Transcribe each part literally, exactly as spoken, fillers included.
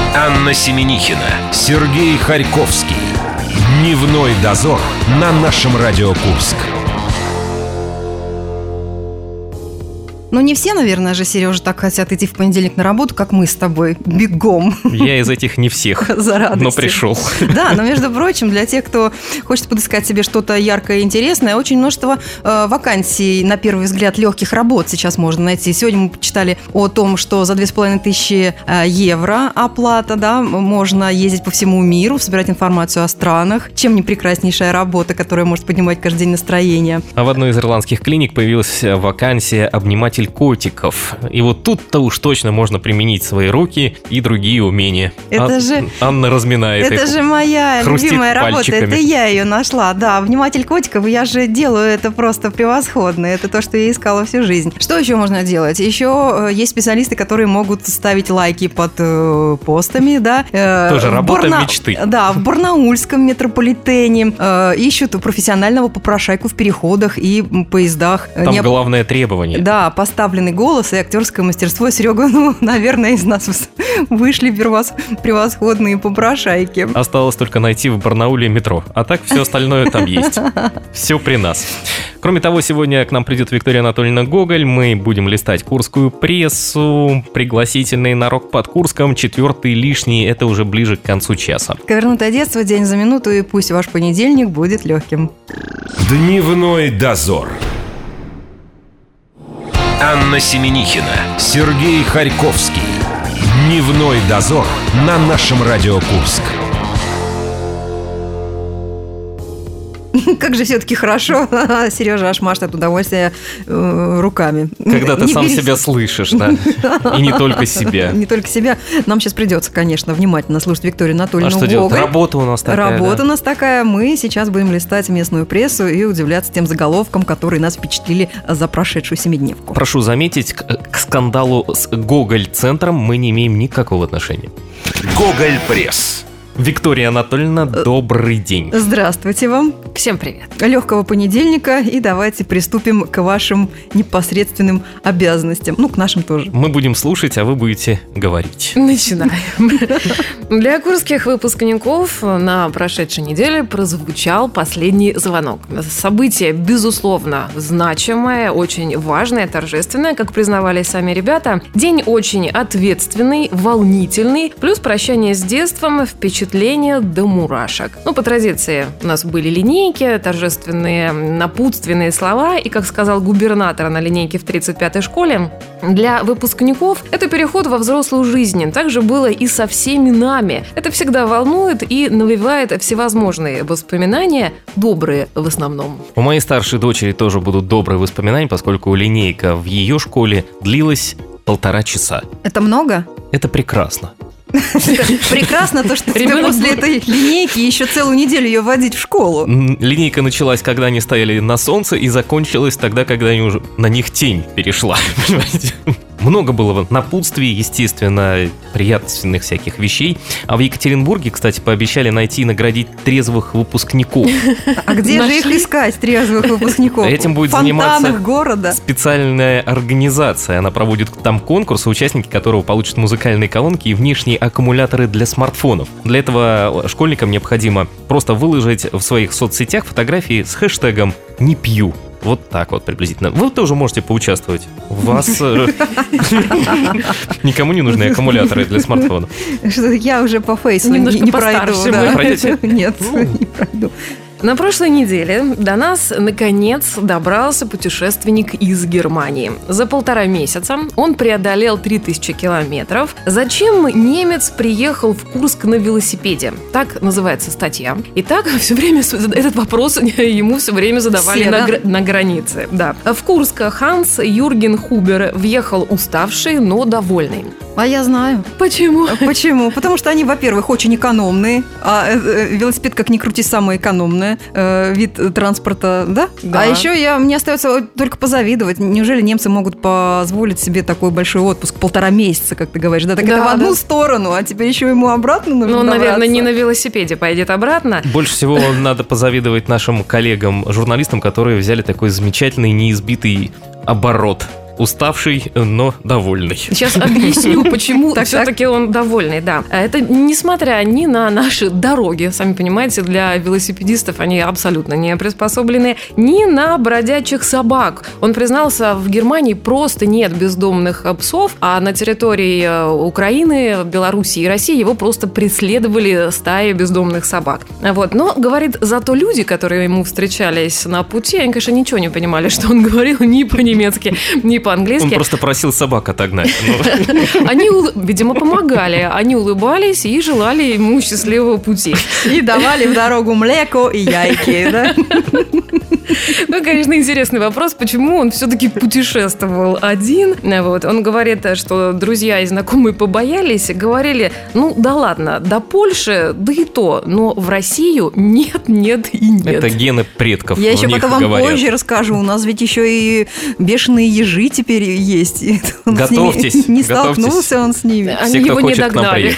Анна Семенихина, Сергей Харьковский. Дневной дозор на нашем Радио Курск. Ну, не все, наверное, же, Сережа, так хотят идти в понедельник на работу, как мы с тобой, бегом. Я из этих не всех, но пришел. Да, но, между прочим, для тех, кто хочет подыскать себе что-то яркое и интересное, очень множество э, вакансий, на первый взгляд, легких работ сейчас можно найти. Сегодня мы почитали о том, что за две с половиной тысячи евро оплата, да, можно ездить по всему миру, собирать информацию о странах. Чем не прекраснейшая работа, которая может поднимать каждый день настроение. А в одной из ирландских клиник появилась вакансия обниматель котиков. И вот тут-то уж точно можно применить свои руки и другие умения. Это а, же... Анна разминает Это их, же моя любимая работа. пальчиками. Это я ее нашла. Да, обниматель котиков. Я же делаю это просто превосходно. Это то, что я искала всю жизнь. Что еще можно делать? Еще есть специалисты, которые могут ставить лайки под э, постами. Да. Тоже работа Барна... мечты. Да, в барнаульском метрополитене э, ищут профессионального попрошайку в переходах и поездах. Там Не... главное требование. Да, поставленный голос и актерское мастерство. Серега, ну, наверное, из нас вышли превосходные попрошайки. Осталось только найти в Барнауле метро. А так все остальное там есть. Все при нас. Кроме того, сегодня к нам придет Виктория Анатольевна Гоголь. Мы будем листать курскую прессу. Пригласительные на рок под Курском. Четвертый лишний. Это уже ближе к концу часа. Ковернутое детство, день за минуту. И пусть ваш понедельник будет легким. Дневной дозор. Анна Семенихина, Сергей Харьковский. Дневной дозор на нашем Радио Курск. Как же все-таки хорошо. Сережа аж машет от удовольствия э, руками. Когда ты не сам берись. себя слышишь, да? И не только себя. Не только себя. Нам сейчас придется, конечно, внимательно слушать Викторию Анатольевну А что Гоголь. делать? Работа у нас такая. Работа да? у нас такая. Мы сейчас будем листать местную прессу и удивляться тем заголовкам, которые нас впечатлили за прошедшую семидневку. Прошу заметить, к, к скандалу с Гоголь-центром мы не имеем никакого отношения. Гоголь пресс. Виктория Анатольевна, добрый день. Здравствуйте вам. Всем привет. Легкого понедельника, и давайте приступим к вашим непосредственным обязанностям. Ну, к нашим тоже. Мы будем слушать, а вы будете говорить. Начинаем. Для курских выпускников на прошедшей неделе прозвучал последний звонок. Событие, безусловно, значимое, очень важное, торжественное, как признавали сами ребята. День очень ответственный, волнительный, плюс прощание с детством, впечатление до мурашек. Ну, по традиции у нас были линейки, торжественные напутственные слова, и, как сказал губернатор на линейке в тридцать пятой школе, для выпускников это переход во взрослую жизнь. Так же было и со всеми нами. Это всегда волнует и навевает всевозможные воспоминания, добрые в основном. У моей старшей дочери тоже будут добрые воспоминания, поскольку линейка в ее школе длилась полтора часа. Это много? Это прекрасно. Прекрасно то, что тебе после этой линейки еще целую неделю ее водить в школу. Линейка началась, когда они стояли на солнце, и закончилась тогда, когда они уже на них тень перешла. Понимаете? Много было напутствий, естественно, приятных всяких вещей. А в Екатеринбурге, кстати, пообещали найти и наградить трезвых выпускников. А где же их искать, трезвых выпускников? Этим будет заниматься города. Специальная организация. Она проводит там конкурс, участники которого получат музыкальные колонки и внешние аккумуляторы для смартфонов. Для этого школьникам необходимо просто выложить в своих соцсетях фотографии с хэштегом «Не пью». Вот так вот приблизительно. Вы тоже можете поучаствовать. У вас никому не нужны аккумуляторы для смартфона. Я уже по фейсу не пройду. Нет, не пройду. На прошлой неделе до нас, наконец, добрался путешественник из Германии. За полтора месяца он преодолел три тысячи километров. Зачем немец приехал в Курск на велосипеде? Так называется статья. И так все время этот вопрос ему все время задавали все, на, да? гра- на границе. Да. В Курск Ханс Юрген Хубер въехал уставший, но довольный. А я знаю. Почему? Почему? Потому что они, во-первых, очень экономные, а велосипед, как ни крути, самый экономный э, вид транспорта, да? Да. А еще я, мне остается только позавидовать. Неужели немцы могут позволить себе такой большой отпуск, полтора месяца, как ты говоришь? Да, так да, это в одну да. сторону, а теперь еще ему обратно нужно Ну, добраться. наверное, не на велосипеде поедет обратно. Больше всего надо позавидовать нашим коллегам-журналистам, которые взяли такой замечательный, неизбитый оборот. Уставший, но довольный. Сейчас объясню, почему все-таки он довольный, да. Это несмотря ни на наши дороги, сами понимаете, для велосипедистов они абсолютно не приспособлены, ни на бродячих собак. Он признался, в Германии просто нет бездомных псов, а на территории Украины, Белоруссии и России его просто преследовали стаи бездомных собак. Вот. Но, говорит, зато люди, которые ему встречались на пути, они, конечно, ничего не понимали, что он говорил ни по-немецки, ни по-английски. Он просто просил собак отогнать. Они, видимо, помогали. Они улыбались и желали ему счастливого пути. И давали в дорогу млеко и яйки, да? Ну, конечно, интересный вопрос, почему он все-таки путешествовал один. Вот. Он говорит, что друзья и знакомые побоялись, говорили, ну да ладно, до Польши, да и то, но в Россию нет, нет и нет. Это гены предков. Я еще потом вам говорят. позже расскажу, у нас ведь еще и бешеные ежи теперь есть. Он готовьтесь. Не столкнулся он с ними. Они его не догнали.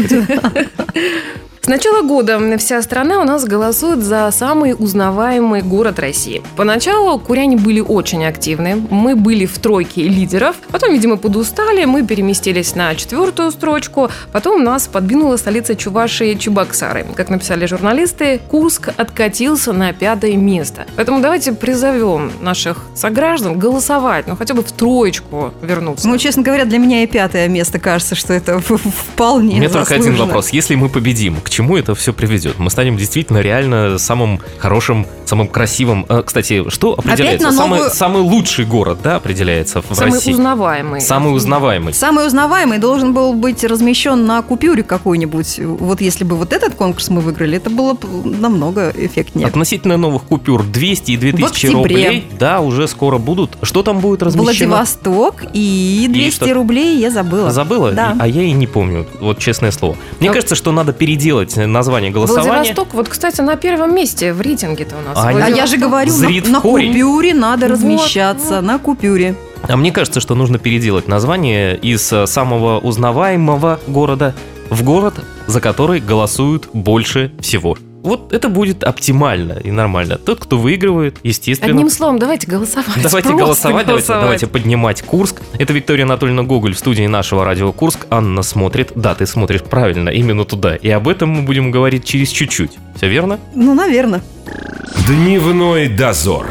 С начала года вся страна у нас голосует за самый узнаваемый город России. Поначалу куряне были очень активны, мы были в тройке лидеров, потом, видимо, подустали, мы переместились на четвертую строчку, потом нас подвинула столица Чувашии Чебоксары. Как написали журналисты, Курск откатился на пятое место. Поэтому давайте призовем наших сограждан голосовать, ну хотя бы в троечку вернуться. Ну, честно говоря, для меня и пятое место кажется, что это вполне заслуженно. У меня только один заслуженно. вопрос. Если мы победим, к чему это все приведет? Мы станем действительно реально самым хорошим, самым красивым. Кстати, что определяется? Опять на самый, новую... самый лучший город, да, определяется в самый России? Самый узнаваемый. Самый узнаваемый. Самый узнаваемый должен был быть размещен на купюре какой-нибудь. Вот если бы вот этот конкурс мы выиграли, это было бы намного эффектнее. Относительно новых купюр двести и две тысячи рублей, да, уже скоро будут. Что там будет размещено? Владивосток и двести и рублей я забыла. Забыла? Да. А я и не помню, вот честное слово. Мне а... кажется, что надо переделать название голосования. Владивосток, вот, кстати, на первом месте в рейтинге-то у нас. А, а я же говорю, на, на купюре надо размещаться, вот. на купюре. А мне кажется, что нужно переделать название из самого узнаваемого города в город, за который голосуют больше всего. Вот это будет оптимально и нормально. Тот, кто выигрывает, естественно... Одним словом, давайте голосовать. Давайте голосовать, давайте, давайте поднимать Курск. Это Виктория Анатольевна Гоголь в студии нашего радио Курск. Анна смотрит. Да, ты смотришь правильно, именно туда. И об этом мы будем говорить через чуть-чуть. Все верно? Ну, наверное. Дневной дозор.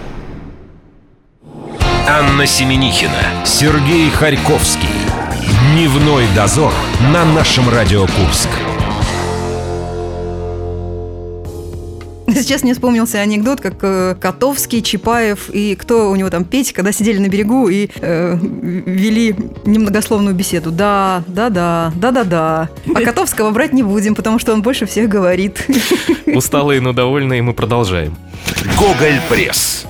Анна Семенихина, Сергей Харьковский. Дневной дозор на нашем радио Курск. Сейчас мне вспомнился анекдот, как э, Котовский, Чапаев и кто у него там, Петя, когда сидели на берегу и э, вели немногословную беседу. Да, да, да, да, да, да. А Котовского брать не будем, потому что он больше всех говорит. Усталые, но довольные, мы продолжаем. Гоголь пресс.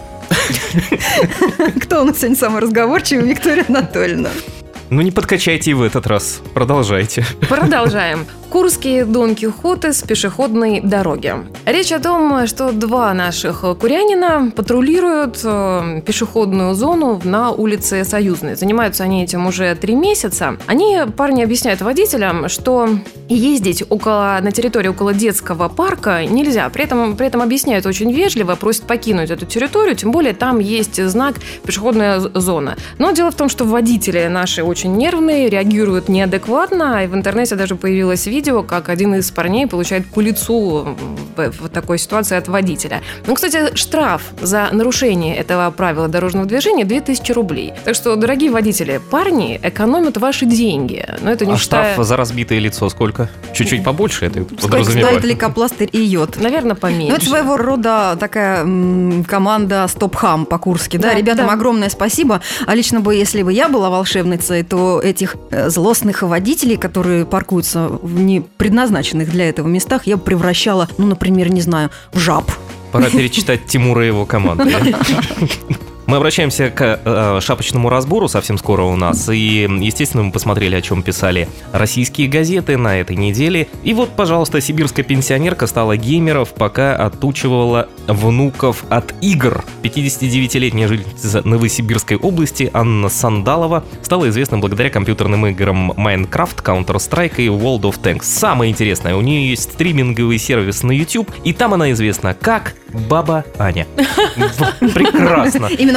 Кто у нас сегодня самый разговорчивый? Виктория Анатольевна. Ну не подкачайте и в этот раз. Продолжайте. Продолжаем. Курские Дон Кихоты с пешеходной дороги. Речь о том, что два наших курянина патрулируют пешеходную зону на улице Союзной. Занимаются они этим уже три месяца. Они, парни, объясняют водителям, что ездить около, на территории около детского парка нельзя. При этом, при этом объясняют очень вежливо, просят покинуть эту территорию, тем более там есть знак «пешеходная зона». Но дело в том, что водители наши очень нервные, реагируют неадекватно, и в интернете даже появилось видео, как один из парней получает по лицу в такой ситуации от водителя. Ну, кстати, штраф за нарушение этого правила дорожного движения две тысячи рублей. Так что, дорогие водители, парни экономят ваши деньги. Но это не а считая... штраф за разбитое лицо сколько? Чуть-чуть побольше это подразумевает? Стоит лейкопластырь и йод. Наверное, поменьше. Ну, это своего рода такая м, команда «Стоп-хам» по-курски. Да, да, ребятам да. огромное спасибо. А лично бы, если бы я была волшебницей, то этих э, злостных водителей, которые паркуются в непредназначенных для этого местах, я бы превращала, ну, например, не знаю, в жаб. Пора перечитать Тимура и его команду. Мы обращаемся к э, шапочному разбору совсем скоро у нас. И, естественно, мы посмотрели, о чем писали российские газеты на этой неделе. И вот, пожалуйста, сибирская пенсионерка стала геймеров, пока отучивала внуков от игр. пятидесятидевятилетняя жительница Новосибирской области Анна Сандалова стала известна благодаря компьютерным играм Minecraft, Counter-Strike и World of Tanks. Самое интересное, у нее есть стриминговый сервис на YouTube, и там она известна как Баба Аня. Прекрасно. Именно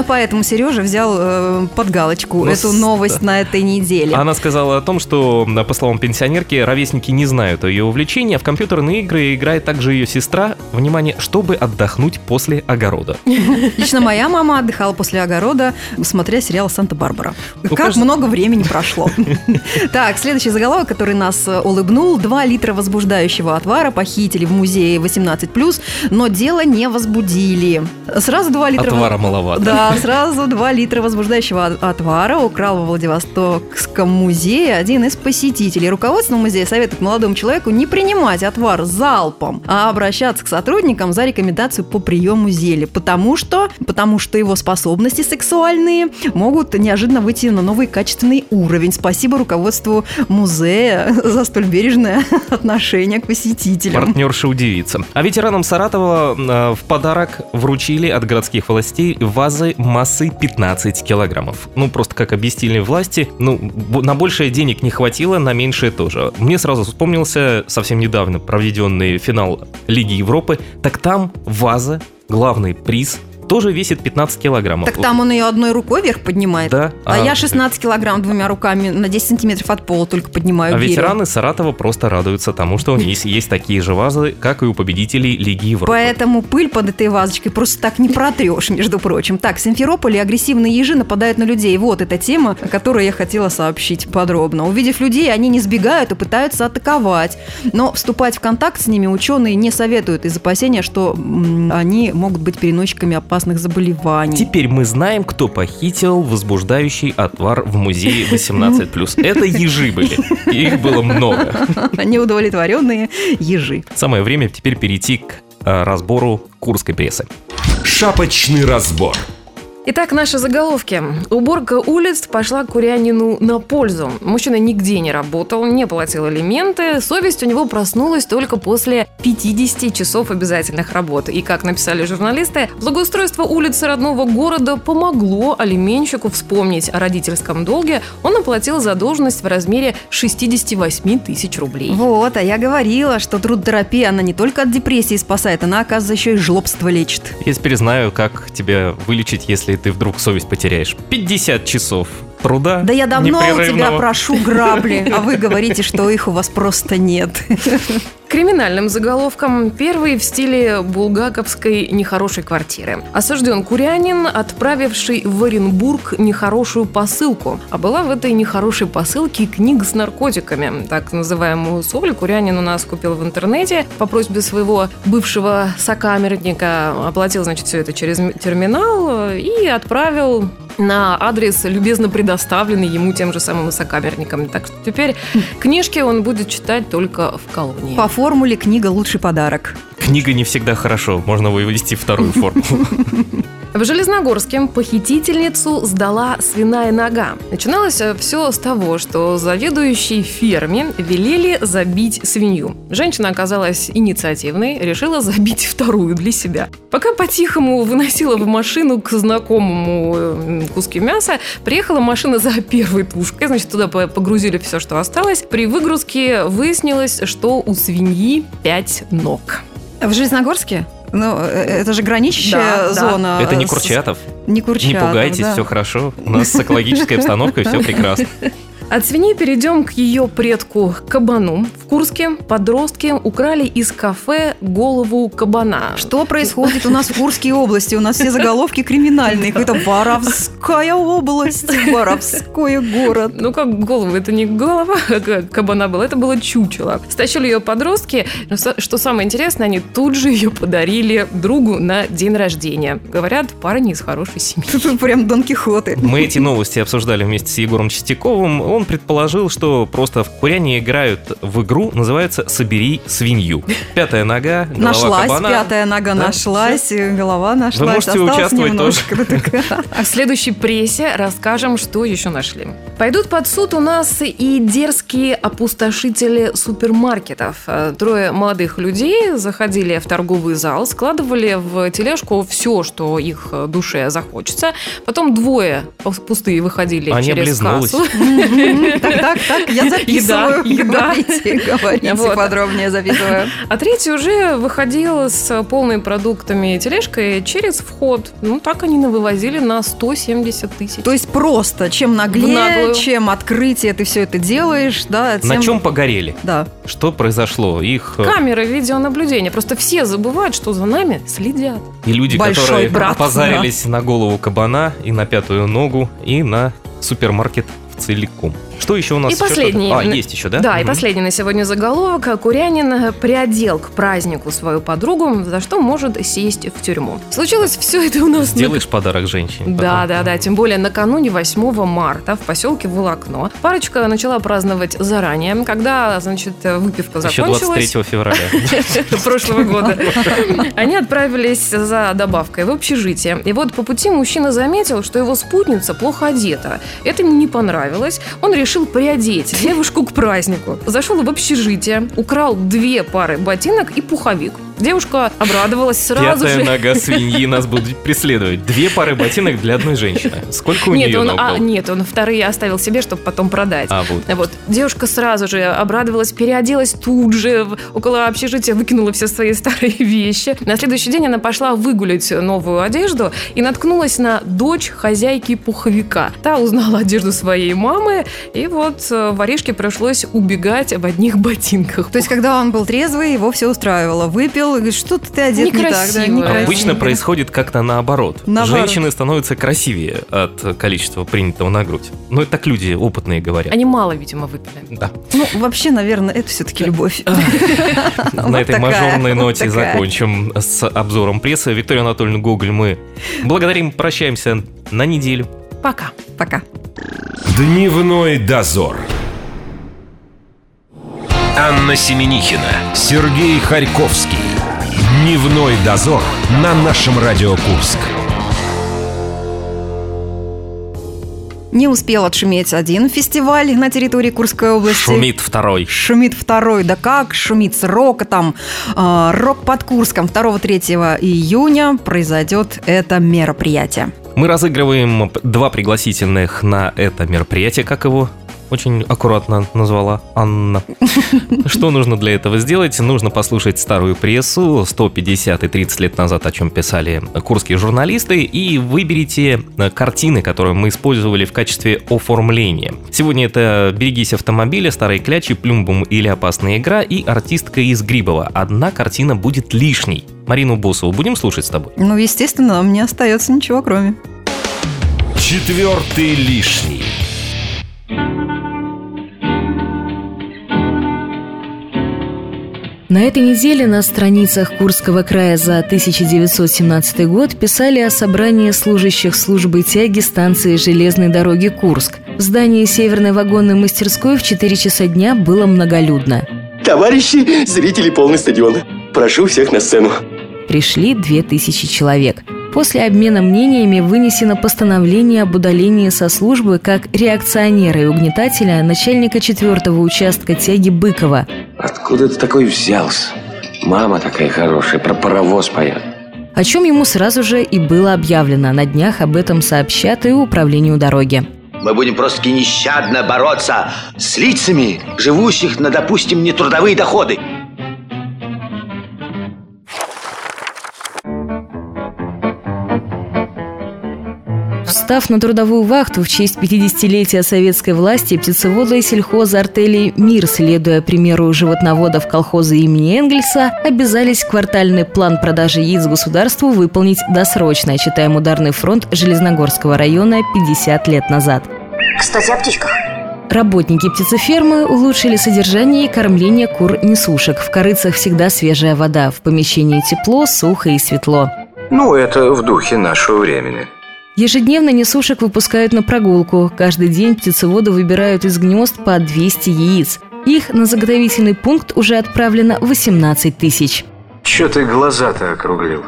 поэтому Сережа взял э, под галочку ну, эту новость да. на этой неделе. Она сказала о том, что, по словам пенсионерки, ровесники не знают о ее увлечении, а в компьютерные игры играет также ее сестра, внимание, чтобы отдохнуть после огорода. Лично моя мама отдыхала после огорода, смотря сериал «Санта-Барбара». Как много времени прошло. Так, следующий заголовок, который нас улыбнул. Два литра возбуждающего отвара похитили в музее восемнадцать плюс, но дело не возбудили. Сразу два литра... Отвара маловато. Да, сразу два литра возбуждающего отвара украл во Владивостокском музее один из посетителей. Руководство музея советует молодому человеку не принимать отвар залпом, а обращаться к сотрудникам за рекомендацию по приему зелья. Потому что, потому что его способности сексуальные могут неожиданно выйти на новый качественный уровень. Спасибо руководству музея за столь бережное отношение к посетителям. Партнерша удивится. А ветеранам Саратова э, в подарок вручили от городских властей вазы массой пятнадцать килограммов. Ну, просто как объяснили власти, ну, на большее денег не хватило, на меньшее тоже. Мне сразу вспомнился совсем недавно проведенный финал Лиги Европы. Так там ваза, главный приз, тоже весит пятнадцать килограммов. Так там он ее одной рукой вверх поднимает. Да. А, а я шестнадцать килограмм двумя руками на десять сантиметров от пола только поднимаю. А беру. ветераны Саратова просто радуются тому, что у них есть такие же вазы, как и у победителей Лиги Европы. Поэтому пыль под этой вазочкой просто так не протрешь, между прочим. Так, в Симферополе агрессивные ежи нападают на людей. Вот эта тема, о которой я хотела сообщить подробно. Увидев людей, они не сбегают и пытаются атаковать. Но вступать в контакт с ними ученые не советуют из опасения, что м- они могут быть переносчиками опасных заболеваний. Теперь мы знаем, кто похитил возбуждающий отвар в музее восемнадцать плюс. Это ежи были. Их было много. Неудовлетворенные ежи. Самое время теперь перейти к разбору курской прессы. Шапочный разбор. Итак, наши заголовки. Уборка улиц пошла Курянину на пользу. Мужчина нигде не работал, не платил алименты. Совесть у него проснулась только после пятидесяти часов обязательных работ. И, как написали журналисты, благоустройство улиц родного города помогло алименщику вспомнить о родительском долге. Он оплатил задолженность в размере шестьдесят восемь тысяч рублей. Вот, а я говорила, что трудотерапия, она не только от депрессии спасает, она, оказывается, еще и жлобство лечит. Я теперь знаю, как тебя вылечить, если ты вдруг совесть потеряешь. пятьдесят часов труда. Да я давно у тебя непрерывного. прошу грабли, а вы говорите, что их у вас просто нет. Криминальным заголовком первый в стиле булгаковской нехорошей квартиры. Осужден курянин, отправивший в Оренбург нехорошую посылку. А была в этой нехорошей посылке книга с наркотиками. Так называемую соль курянин у нас купил в интернете по просьбе своего бывшего сокамерника. Оплатил, значит, все это через терминал и отправил на адрес, любезно предоставленный ему тем же самым сокамерником. Так что теперь книжки он будет читать только в колонии. По формуле книга лучший подарок. Книга не всегда хорошо, можно вывести вторую формулу. В Железногорске похитительницу сдала свиная нога. Начиналось все с того, что заведующей ферме велели забить свинью. Женщина оказалась инициативной, решила забить вторую для себя. Пока по-тихому выносила в машину к знакомому куску мяса, приехала машина за первой тушкой, значит, туда погрузили все, что осталось. При выгрузке выяснилось, что у свиньи пять ног. В Железногорске? Ну, это же граничащая да, зона. Да. Это не Курчатов. Не Курчатов, Не пугайтесь, да. Все хорошо. У нас с экологической обстановкой все прекрасно. От свиньи перейдем к ее предку кабану. В Курске подростки украли из кафе голову кабана. Что происходит у нас в Курской области? У нас все заголовки криминальные. Какая-то Воровская область, Воровской город. Ну как голова? Это не голова кабана была, это было чучело. Стащили ее подростки. Что самое интересное, они тут же ее подарили другу на день рождения. Говорят, парни из хорошей семьи. Тут прям Дон Кихоты. Мы эти новости обсуждали вместе с Егором Чистяковым. Он предположил, что просто в куряне играют в игру, называется «Собери свинью». Пятая нога, голова нашлась, кабана. Пятая нога да? нашлась, все. Голова нашлась. Вы можете осталось участвовать немножко. тоже. А в следующей прессе расскажем, что еще нашли. Пойдут под суд у нас и дерзкие опустошители супермаркетов. Трое молодых людей заходили в торговый зал, складывали в тележку все, что их душе захочется. Потом двое пустые выходили Они через облизнулись. кассу. Так, так, так, я записываю. Еда, Говорите, говорите подробнее, записываю. А третий уже выходил с полными продуктами тележкой через вход. Ну, так они навывозили на сто семьдесят тысяч. То есть просто, чем наглее, чем открытие ты все это делаешь, да. На чем погорели? Да. Что произошло? Их... Камеры видеонаблюдения. Просто все забывают, что за нами следят. И люди, Большой которые брат, позарились да. на голову кабана и на пятую ногу, и на супермаркет целиком. Что еще у нас? И еще последний. А, есть еще, да? Да, угу. и последний на сегодня заголовок. Курянин приодел к празднику свою подругу, за что может сесть в тюрьму. Случилось все это у нас... Сделаешь на... подарок женщине. Да, потом. да, да. Тем более накануне восьмого марта в поселке Волокно парочка начала праздновать заранее, когда, значит, выпивка закончилась. Еще двадцать третьего февраля. Прошлого года. Они отправились за добавкой в общежитие. И вот по пути мужчина заметил, что его спутница плохо одета. Это ему не понравилось. Он решил решил приодеть девушку к празднику. Зашел в общежитие, украл две пары ботинок и пуховик. Девушка обрадовалась сразу Пятая же. нога свиньи нас будет преследовать. Две пары ботинок для одной женщины. Сколько у нет, нее он, ног? а, нет, он вторые оставил себе, чтобы потом продать. А, вот. Вот. Девушка сразу же обрадовалась, переоделась тут же, около общежития выкинула все свои старые вещи. На следующий день она пошла выгулять новую одежду и наткнулась на дочь хозяйки пуховика. Та узнала одежду своей мамы, и вот воришке пришлось убегать в одних ботинках. То есть, когда он был трезвый, его все устраивало. Выпил, и говорит, что-то ты одет не так. Да, некрасиво. Обычно происходит как-то наоборот. наоборот. Женщины становятся красивее от количества принятого на грудь. Ну, это так люди опытные говорят. Они мало, видимо, выпили. Да. Ну, вообще, наверное, это все-таки любовь. На этой мажорной ноте закончим с обзором прессы. Викторию Анатольевну Гоголь мы благодарим, прощаемся на неделю. Пока. Пока. Дневной дозор. Анна Семенихина, Сергей Харьковский. Дневной дозор на нашем Радио Курск. Не успел отшуметь один фестиваль на территории Курской области. Шумит второй. Шумит второй. Да как шумит с рокотом. Э, рок под Курском. второго-третьего июня произойдет это мероприятие. Мы разыгрываем два пригласительных на это мероприятие, как его очень аккуратно назвала Анна. Что нужно для этого сделать? Нужно послушать старую прессу сто пятьдесят и тридцать лет назад, о чем писали курские журналисты, и выберите картины, которые мы использовали в качестве оформления. Сегодня это «Берегись автомобиля», «Старые клячи», «Плюмбум» или «Опасная игра» и «Артистка из Грибова». Одна картина будет лишней. Марину Босову будем слушать с тобой? Ну, естественно, мне остается ничего, кроме. Четвертый лишний. На этой неделе на страницах Курского края за тысяча девятьсот семнадцатый год писали о собрании служащих службы тяги станции железной дороги Курск. В здании Северной вагонной мастерской в четыре часа дня было многолюдно. Товарищи, зрители, полный стадион. Прошу всех на сцену. Пришли две тысячи человек. После обмена мнениями вынесено постановление об удалении со службы как реакционера и угнетателя начальника четвертого участка тяги Быкова. Откуда ты такой взялся? Мама такая хорошая, про паровоз поет. О чем ему сразу же и было объявлено. На днях об этом сообщат и управлению дороги. Мы будем просто нещадно бороться с лицами, живущих на, допустим, нетрудовые доходы. Встав на трудовую вахту в честь пятидесятилетия советской власти, птицеводы сельхоза артели «Мир», следуя примеру животноводов колхоза имени Энгельса, обязались квартальный план продажи яиц государству выполнить досрочно, читаем «Ударный фронт» Железногорского района пятьдесят лет назад. Кстати, о птичках. Работники птицефермы улучшили содержание и кормление кур-несушек. В корыцах всегда свежая вода, в помещении тепло, сухо и светло. Ну, это в духе нашего времени. Ежедневно несушек выпускают на прогулку. Каждый день птицеводы выбирают из гнезд по двести яиц. Их на заготовительный пункт уже отправлено восемнадцать тысяч. Чё ты глаза-то округлил?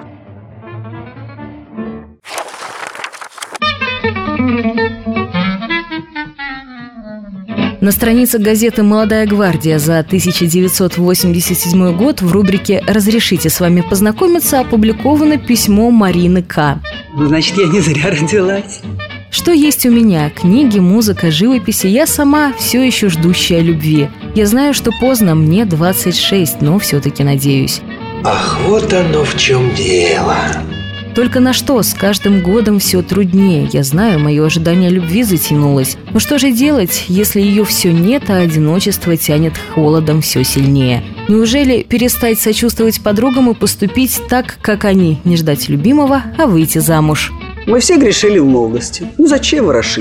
На страницах газеты «Молодая гвардия» за тысяча девятьсот восемьдесят седьмой год в рубрике «Разрешите с вами познакомиться» опубликовано письмо Марины К. Ну, значит, я не зря родилась. Что есть у меня? Книги, музыка, живописи. Я сама все еще ждущая любви. Я знаю, что поздно, мне двадцать шесть, но все-таки надеюсь. Ах, вот оно в чем дело. Только на что? С каждым годом все труднее. Я знаю, мое ожидание любви затянулось. Но что же делать, если ее все нет, а одиночество тянет холодом все сильнее? Неужели перестать сочувствовать подругам и поступить так, как они, не ждать любимого, а выйти замуж? Мы все грешили в молодости. Ну зачем ворошить?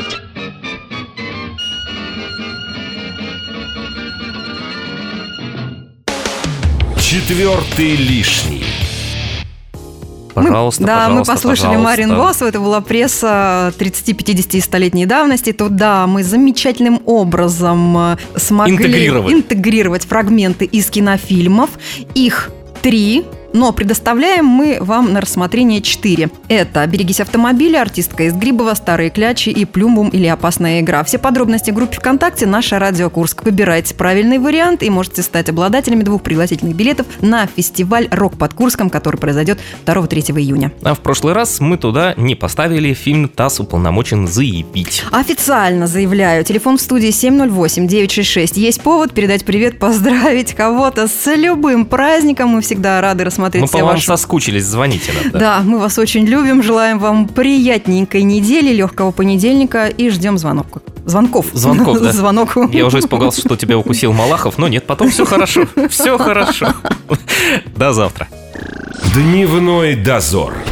Четвертый лишний. Пожалуйста, мы, да, пожалуйста, мы послушали пожалуйста. Марин Восу, это была пресса тридцати-пятидесятилетней давности. То да, мы замечательным образом смогли интегрировать. интегрировать фрагменты из кинофильмов. Их три. Но предоставляем мы вам на рассмотрение четыре. Это «Берегись автомобиля», «Артистка из Грибова», «Старые клячи» и «Плюмбум» или «Опасная игра». Все подробности в группе ВКонтакте «Наша Радио Курск». Выбирайте правильный вариант и можете стать обладателями двух пригласительных билетов на фестиваль «Рок под Курском», который произойдет второго-третьего июня. А в прошлый раз мы туда не поставили фильм «ТАСС уполномочен заявить». Официально заявляю. Телефон в студии семь ноль восемь девять шесть шесть. Есть повод передать привет, поздравить кого-то с любым праздником. Мы всегда рады рассмотреть. Мы по вам ваши... соскучились, звоните нам. Да. да, мы вас очень любим, желаем вам приятненькой недели, легкого понедельника и ждем звонок. Звонков. Звонков, да. Звонок. Я уже испугался, что тебя укусил Малахов, но нет, потом все хорошо. Все хорошо. До завтра. Дневной дозор.